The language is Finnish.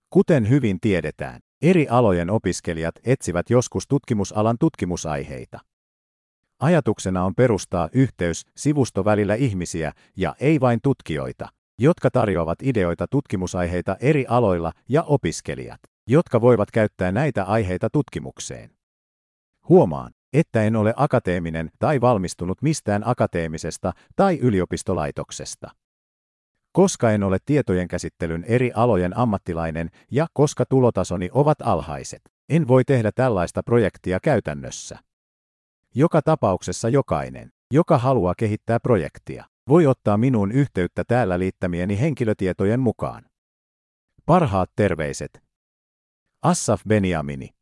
Kuten hyvin tiedetään, eri alojen opiskelijat etsivät joskus tutkimusalan tutkimusaiheita. Ajatuksena on perustaa yhteys sivusto välillä ihmisiä ja ei vain tutkijoita, jotka tarjoavat ideoita tutkimusaiheita eri aloilla ja opiskelijat, jotka voivat käyttää näitä aiheita tutkimukseen. Huomaan, että en ole akateeminen tai valmistunut mistään akateemisesta tai yliopistolaitoksesta. Koska en ole tietojen käsittelyn eri alojen ammattilainen ja koska tulotasoni ovat alhaiset, en voi tehdä tällaista projektia käytännössä. Joka tapauksessa jokainen, joka haluaa kehittää projektia, voi ottaa minuun yhteyttä täällä liittämieni henkilötietojen mukaan. Parhaat terveiset. Assaf Beniamini.